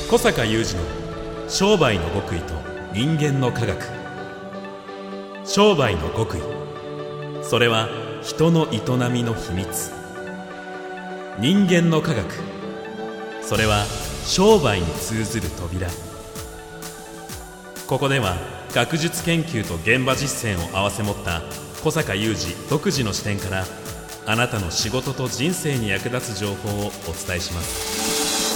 小坂雄二の商売の極意と人間の科学。商売の極意、それは人の営みの秘密。人間の科学、それは商売に通ずる扉。ここでは学術研究と現場実践を併せ持った小坂雄二独自の視点から、あなたの仕事と人生に役立つ情報をお伝えします。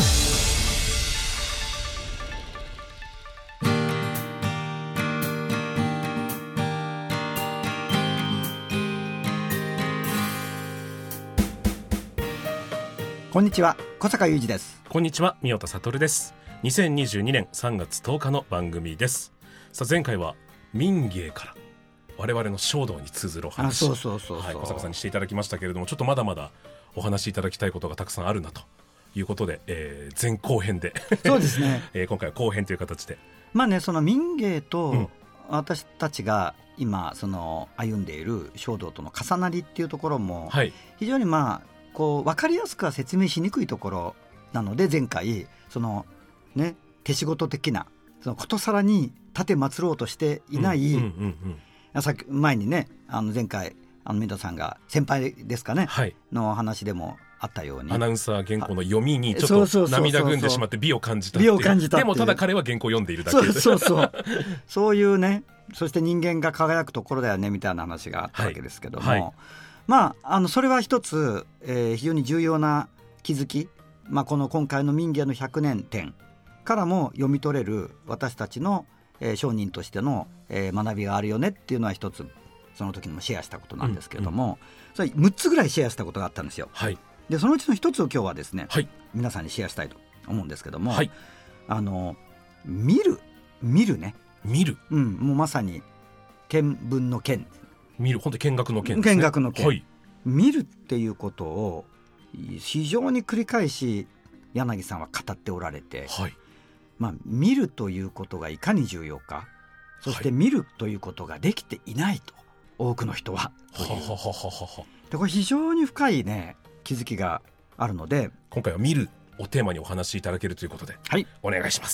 こんにちは、小坂雄二です。 こんにちは、宮田悟です。2022年3月10日の番組です。さあ、前回は民芸から我々の衝動に通ずるお話、 そう、 小坂さんにしていただきましたけれども、ちょっとまだまだお話しいただきたいことがたくさんあるなということで、前後編でそうですね、 今回は後編という形で、 まあね、その民芸と私たちが今その歩んでいる衝動との重なりっていうところも、非常にこう分かりやすくは説明しにくいところなので、前回その、ね、手仕事的なそのことさらに立てまつろうとしていない、さっき前にね、前回三田さんが先輩ですかね、の話でもあったように、 アナウンサー原稿の読みにちょっと涙ぐんでしまって美を感じたっていう。でもただ彼は原稿を読んでいるだけで、 そういうね、そして人間が輝くところだよねみたいな話があったわけですけども、それは一つ、非常に重要な気づき、この今回の民芸の100年展からも読み取れる私たちの、商人としての、学びがあるよねっていうのは一つその時にもシェアしたことなんですけれども、それ6つぐらいシェアしたことがあったんですよ。でそのうちの一つを今日はですね、皆さんにシェアしたいと思うんですけども、見るね、もうまさに見聞の見、 見る、本当に見学の見ですね。 見学の見、見るっていうことを非常に繰り返し柳さんは語っておられて、見るということがいかに重要か、そして見るということができていないと、多くの人はで、これ非常に深いね気づきがあるので、 今回は見るをテーマにお話しいただけるということで、お願いします。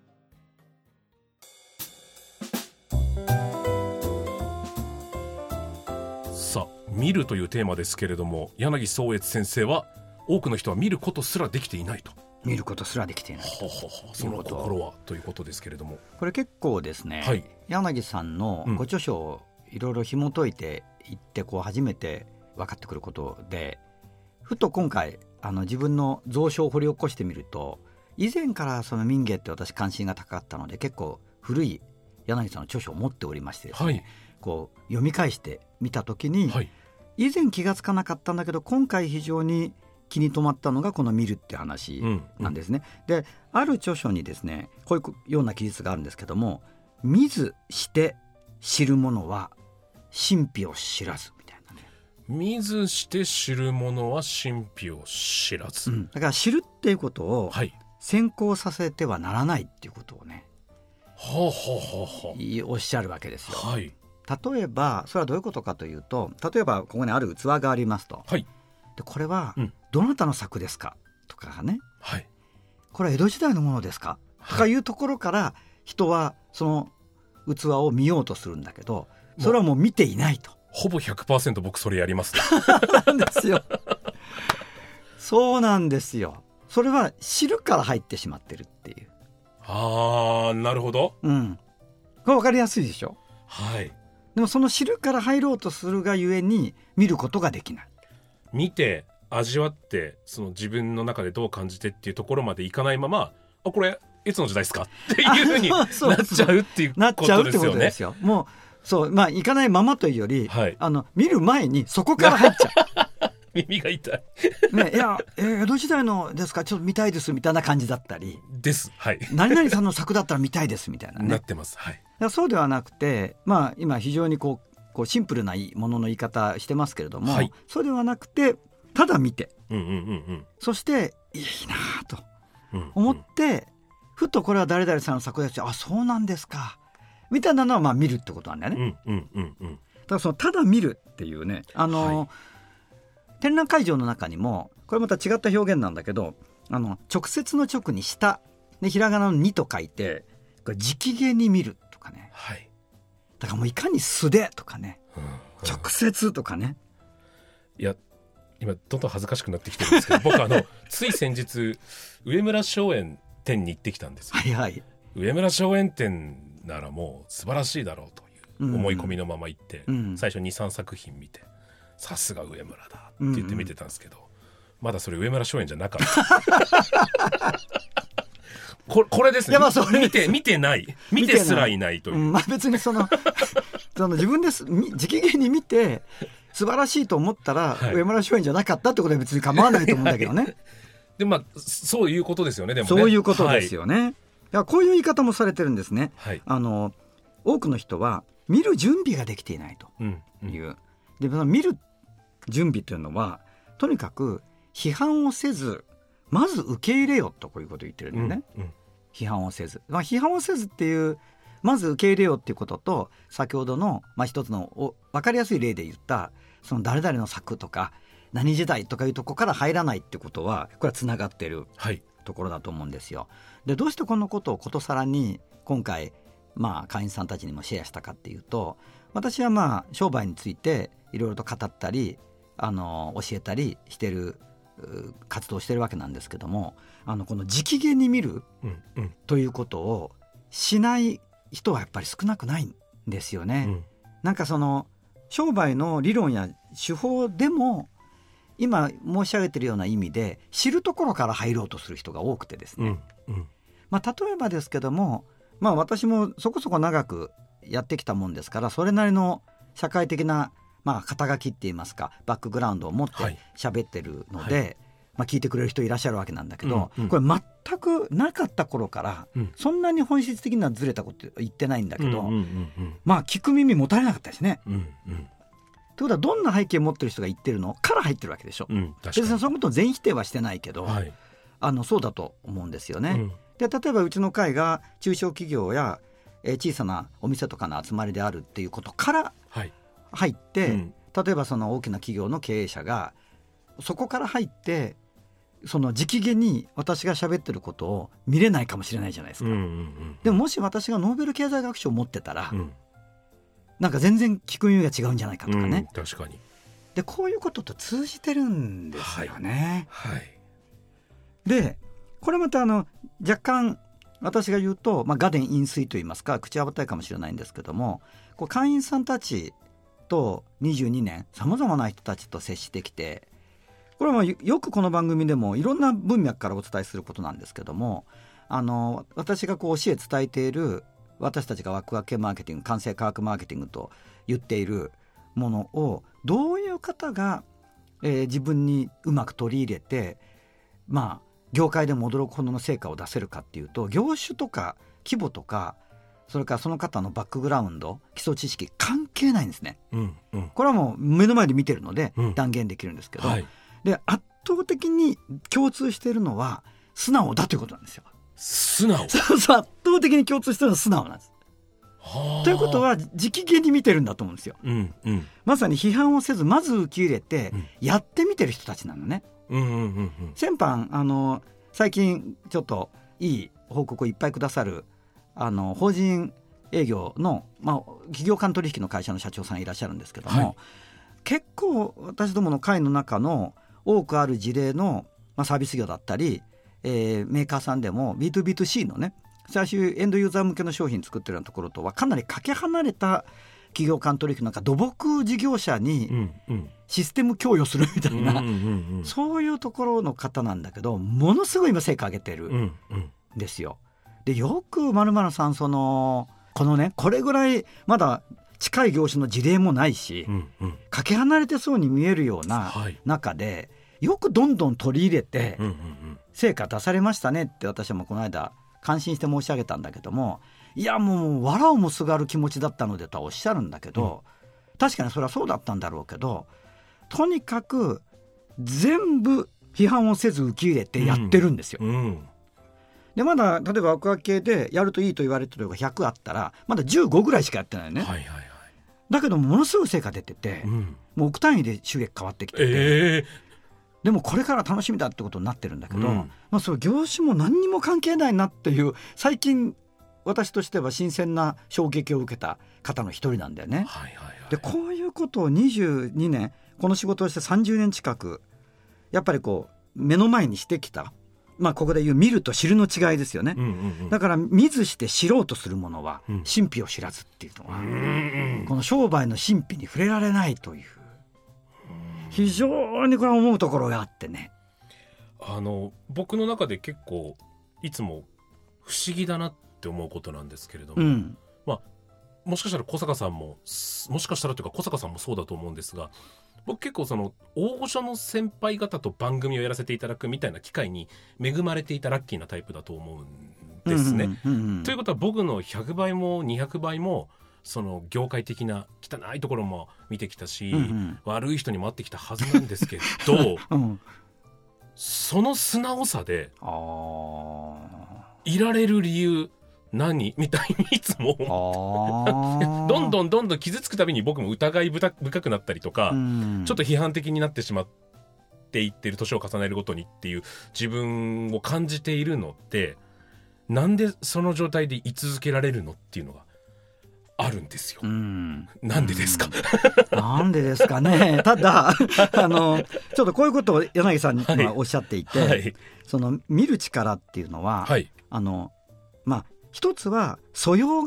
さあ、見るというテーマですけれども、柳宗悦先生は多くの人は見ることすらできていないと。 見ることすらできていないその心はということですけれども、 これ結構ですね、柳さんのご著書をいろいろ紐解いていって、こう初めて分かってくることで、ふと今回自分の蔵書を掘り起こしてみると、以前からその民芸って私関心が高かったので、結構古い柳さんの著書を持っておりましてですね、こう読み返してみたときに、以前気がつかなかったんだけど、今回非常に気に留まったのがこの見るって話なんですね。で、ある著書にですね、こういうような記述があるんですけども、見ずして知るものは神秘を知らずみたいなね。 見ずして知るものは神秘を知らず、 だから知るっていうことを先行させてはならないっていうことをね、おっしゃるわけですよ。例えばそれはどういうことかというと、例えばここにある器がありますと、でこれはどなたの作ですかとかね、これは江戸時代のものですかとかいうところから人はその器を見ようとするんだけど、それはもう見ていないと。 ほぼ 100% 僕それやりますなんですよ。そうなんですよ。それは知るから入ってしまってるっていう。 なるほど。 これ分かりやすいでしょ。でもその知るから入ろうとするがゆえに見ることができない。 見て味わって、その自分の中でどう感じてっていうところまでいかないまま、これいつの時代ですかっていうふうになっちゃうっていうことですよね。 もうそう、いかないままというより、見る前にそこから入っちゃう耳が痛いいや、江戸時代のですか、ちょっと見たいですみたいな感じだったりです、 何々さんの作だったら見たいですみたいなねなってます。 そうではなくて、今非常にこうシンプルなものの言い方してますけれども、そうではなくて、ただ見て、そしていいなと思って、ふとこれは誰々さんの作ですよ、そうなんですかみたいなのは見るってことなんだよね。だからそのただ見るっていうね、展覧会場の中にもこれまた違った表現なんだけど、直接の直に下でひらがなの2と書いてこれ直毛に見るとかね、 はい、 だからもういかに素でとかね、直接とかね。 いや今どんどん恥ずかしくなってきてるんですけど僕つい先日上村松園店に行ってきたんですよ。 はいはい。 上村松園店ならもう素晴らしいだろうという思い込みのまま行って、最初 2,3 作品見てさすが上村だって言って見てたんですけど、まだそれ上村松園じゃなかったこれですね。見てない見てすらいないという、 別にその自分で直芸に見て素晴らしいと思ったら、はい、上村松園じゃなかったってことは別に構わないと思うんだけどねでそういうことですよね。でもね、 そういうことですよね、はい、いやこういう言い方もされてるんですね、 はい、 多くの人は見る準備ができていないという、で見る準備というのはとにかく批判をせずまず受け入れよとこういうことを言ってるんだよね、批判をせず、批判をせずっていうまず受け入れようっていうことと先ほどの、一つの分かりやすい例で言ったその誰々の作とか何時代とかいうところから入らないってことはこれはつながってるところだと思うんですよ。でどうしてこのことをことさらに今回会員さんたちにもシェアしたかっていうと、私は商売についていろいろと語ったり教えたりしてる活動してるわけなんですけども、この直芸に見るということをしない人はやっぱり少なくないんですよね、なんかその商売の理論や手法でも今申し上げているような意味で知るところから入ろうとする人が多くてですね、例えばですけども、私もそこそこ長くやってきたもんですからそれなりの社会的な肩書きって言いますかバックグラウンドを持って喋ってるので、聞いてくれる人いらっしゃるわけなんだけど、これ全くなかった頃から、そんなに本質的なずれたこと言ってないんだけど、聞く耳持たれなかったですね、ということはどんな背景を持ってる人が言ってるのから入ってるわけでしょ、別にそのことを全否定はしてないけど、そうだと思うんですよね、で例えばうちの会が中小企業や、小さなお店とかの集まりであるっていうことから入って、例えばその大きな企業の経営者がそこから入ってその直芸に私が喋ってることを見れないかもしれないじゃないですか、でももし私がノーベル経済学賞を持ってたら、なんか全然聞く耳が違うんじゃないかとかね、 確かに。 でこういうことと通じてるんですよね、でこれまた若干私が言うと、雅伝飲水といいますか口はばったいかもしれないんですけども、会員さんたちと22年さまざまな人たちと接してきて、これはよくこの番組でもいろんな文脈からお伝えすることなんですけども、私が教え伝えている私たちがワクワク系マーケティング完成科学マーケティングと言っているものをどういう方が、自分にうまく取り入れて業界でも驚くほどの成果を出せるかっていうと、業種とか規模とかそれからその方のバックグラウンド基礎知識関係ないんですね、これはもう目の前で見てるので断言できるんですけど、で圧倒的に共通しているのは素直だということなんですよ。 素直そう圧倒的に共通しているのは素直なんです。ということは直芸に見てるんだと思うんですよ、まさに批判をせずまず受け入れてやってみてる人たちなのね、先般最近ちょっといい報告をいっぱいくださる法人営業の、企業間取引の会社の社長さんいらっしゃるんですけども、結構私どもの会の中の多くある事例の、サービス業だったり、メーカーさんでも B2B2C のね最終エンドユーザー向けの商品作ってるようなところとはかなりかけ離れた企業間取引なんか土木事業者にシステム供与するみたいな、そういうところの方なんだけどものすごい今成果上げてるんですよ。でよく〇〇さんこのねこれぐらいまだ近い業種の事例もないし、かけ離れてそうに見えるような中で、よくどんどん取り入れて成果出されましたねって私はもうこの間感心して申し上げたんだけども、いやもう藁をもすがる気持ちだったのでとはおっしゃるんだけど、確かにそれはそうだったんだろうけど、とにかく全部批判をせず受け入れてやってるんですよ、でまだ例えばワクワク系でやるといいと言われてるのが100あったらまだ15ぐらいしかやってないよね、だけどものすごい成果出てて、もう億単位で収益変わってきてて、 でもこれから楽しみだってことになってるんだけど、その業種も何にも関係ないなっていう、最近私としては新鮮な衝撃を受けた方の一人なんだよね。でこういうことを22年この仕事をして30年近くやっぱりこう目の前にしてきた、ここでいう見ると知るの違いですよね、だから見ずして知ろうとするものは神秘を知らずっていうのは、この商売の神秘に触れられないという、非常にこれは思うところがあってね。 僕の中で結構いつも不思議だなって思うことなんですけれども、もしかしたら小坂さんももしかしたらというか小坂さんもそうだと思うんですが、僕結構その大御所の先輩方と番組をやらせていただくみたいな機会に恵まれていたラッキーなタイプだと思うんですね。ということは僕の100倍も200倍もその業界的な汚いところも見てきたし、悪い人にも会ってきたはずなんですけど、その素直さでいられる理由何みたいにいつもどんどん傷つくたびに僕も疑い深くなったりとか、ちょっと批判的になってしまっていってる年を重ねるごとにっていう自分を感じているのって、なんでその状態で居続けられるのっていうのがあるんですよ。なんでですかなんでですかね。ただちょっとこういうことを柳さんにおっしゃっていて、その見る力っていうのは、一つは素養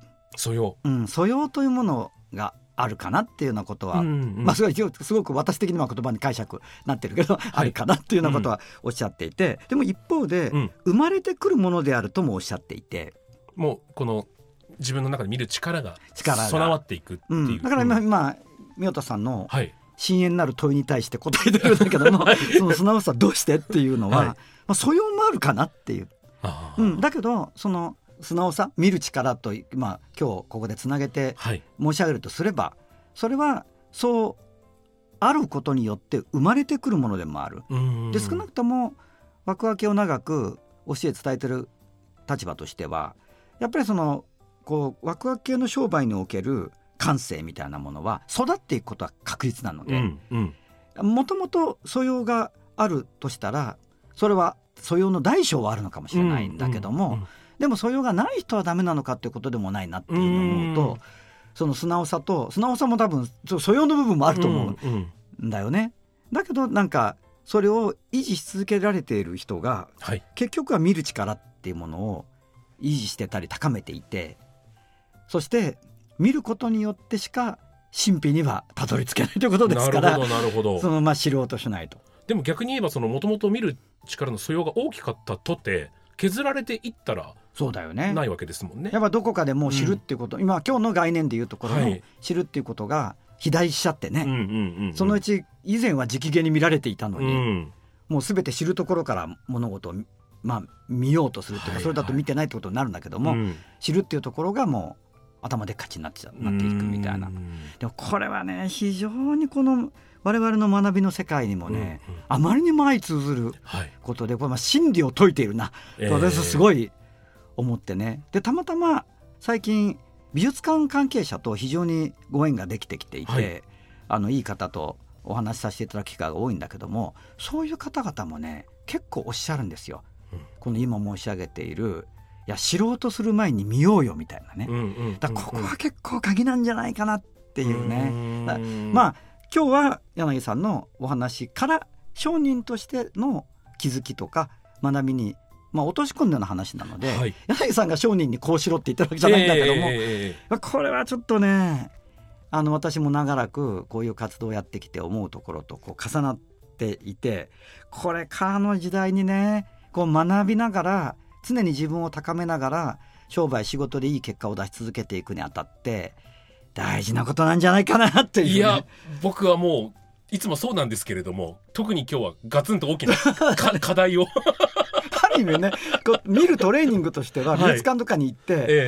というものがあるかなっていうようなことは、すごく私的には言葉に解釈なってるけど、あるかなっていうようなことはおっしゃっていて、でも一方で、生まれてくるものであるともおっしゃっていて、 もうこの自分の中で見る力が備わっていくっていう、 だから今宮田さんの深遠なる問いに対して答えてるんだけども、その素直さどうしてっていうのは、素養もあるかなっていう、だけどその素直さ、見る力と、今日ここでつなげて申し上げるとすれば、それはそうあることによって生まれてくるものでもある。で少なくとも枠分けを長く教え伝えてる立場としては、やっぱりそのこう枠分けの商売における感性みたいなものは育っていくことは確実なので、もともと素養があるとしたら、それは素養の大小はあるのかもしれないんだけども、でも素養がない人はダメなのかっていうことでもないなっていうのを思うと、その素直さも多分素養の部分もあると思うんだよね。だけどなんかそれを維持し続けられている人が、結局は見る力っていうものを維持してたり高めていて、そして見ることによってしか神秘にはたどり着けないということですから、その知ろうとしないと。 でも逆に言えばそのもともと見る力の素養が大きかったとて削られていったらそうだよね、 ないわけですもんね。 やっぱどこかでもう知るっていうこと、今日の概念でいうところの知るっていうことが肥大しちゃってね、そのうち以前は直言に見られていたのに、もう全て知るところから物事を見ようとするっていうか、それだと見てないってことになるんだけども、知るっていうところがもう頭でっかちになっていくみたいな。でもこれはね、非常にこの我々の学びの世界にもね、あまりにも相通ずることで、これ真理を説いているな、私はすごい思ってね。でたまたま最近美術館関係者と非常にご縁ができてきていて、いい方とお話しさせていただく機会が多いんだけども、そういう方々もね結構おっしゃるんですよ、この今申し上げている、いや知ろうとする前に見ようよみたいなね、だからここは結構鍵なんじゃないかなっていうね。今日は柳さんのお話から商人としての気づきとか学びに、落とし込んだような話なので、柳さんが商人にこうしろって言ってるわけじゃないんだけども、これはちょっとね、私も長らくこういう活動をやってきて思うところとこう重なっていて、これからの時代にねこう学びながら常に自分を高めながら商売仕事でいい結果を出し続けていくにあたって大事なことなんじゃないかなっていう、ね、 いや僕はもういつもそうなんですけれども、特に今日はガツンと大きな課題をある意味ね、こう見るトレーニングとしては美術館とかに行って、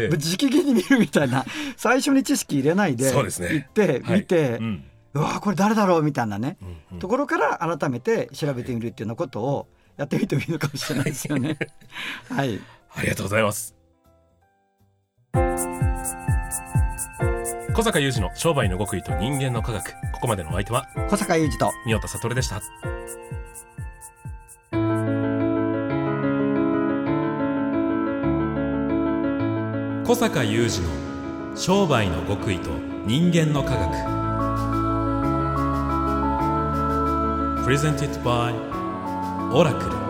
直々に見るみたいな、最初に知識入れないで行って見て、うわこれ誰だろうみたいなね、ところから改めて調べてみるっていうようなことをやってみてもいいのかもしれないですよねはい、 ありがとうございます。 小坂雄二の商売の極意と人間の科学。ここまでのお相手は小坂雄二と三代田悟でした。 小坂雄二の商売の極意と人間の科学。Presented by オラクル。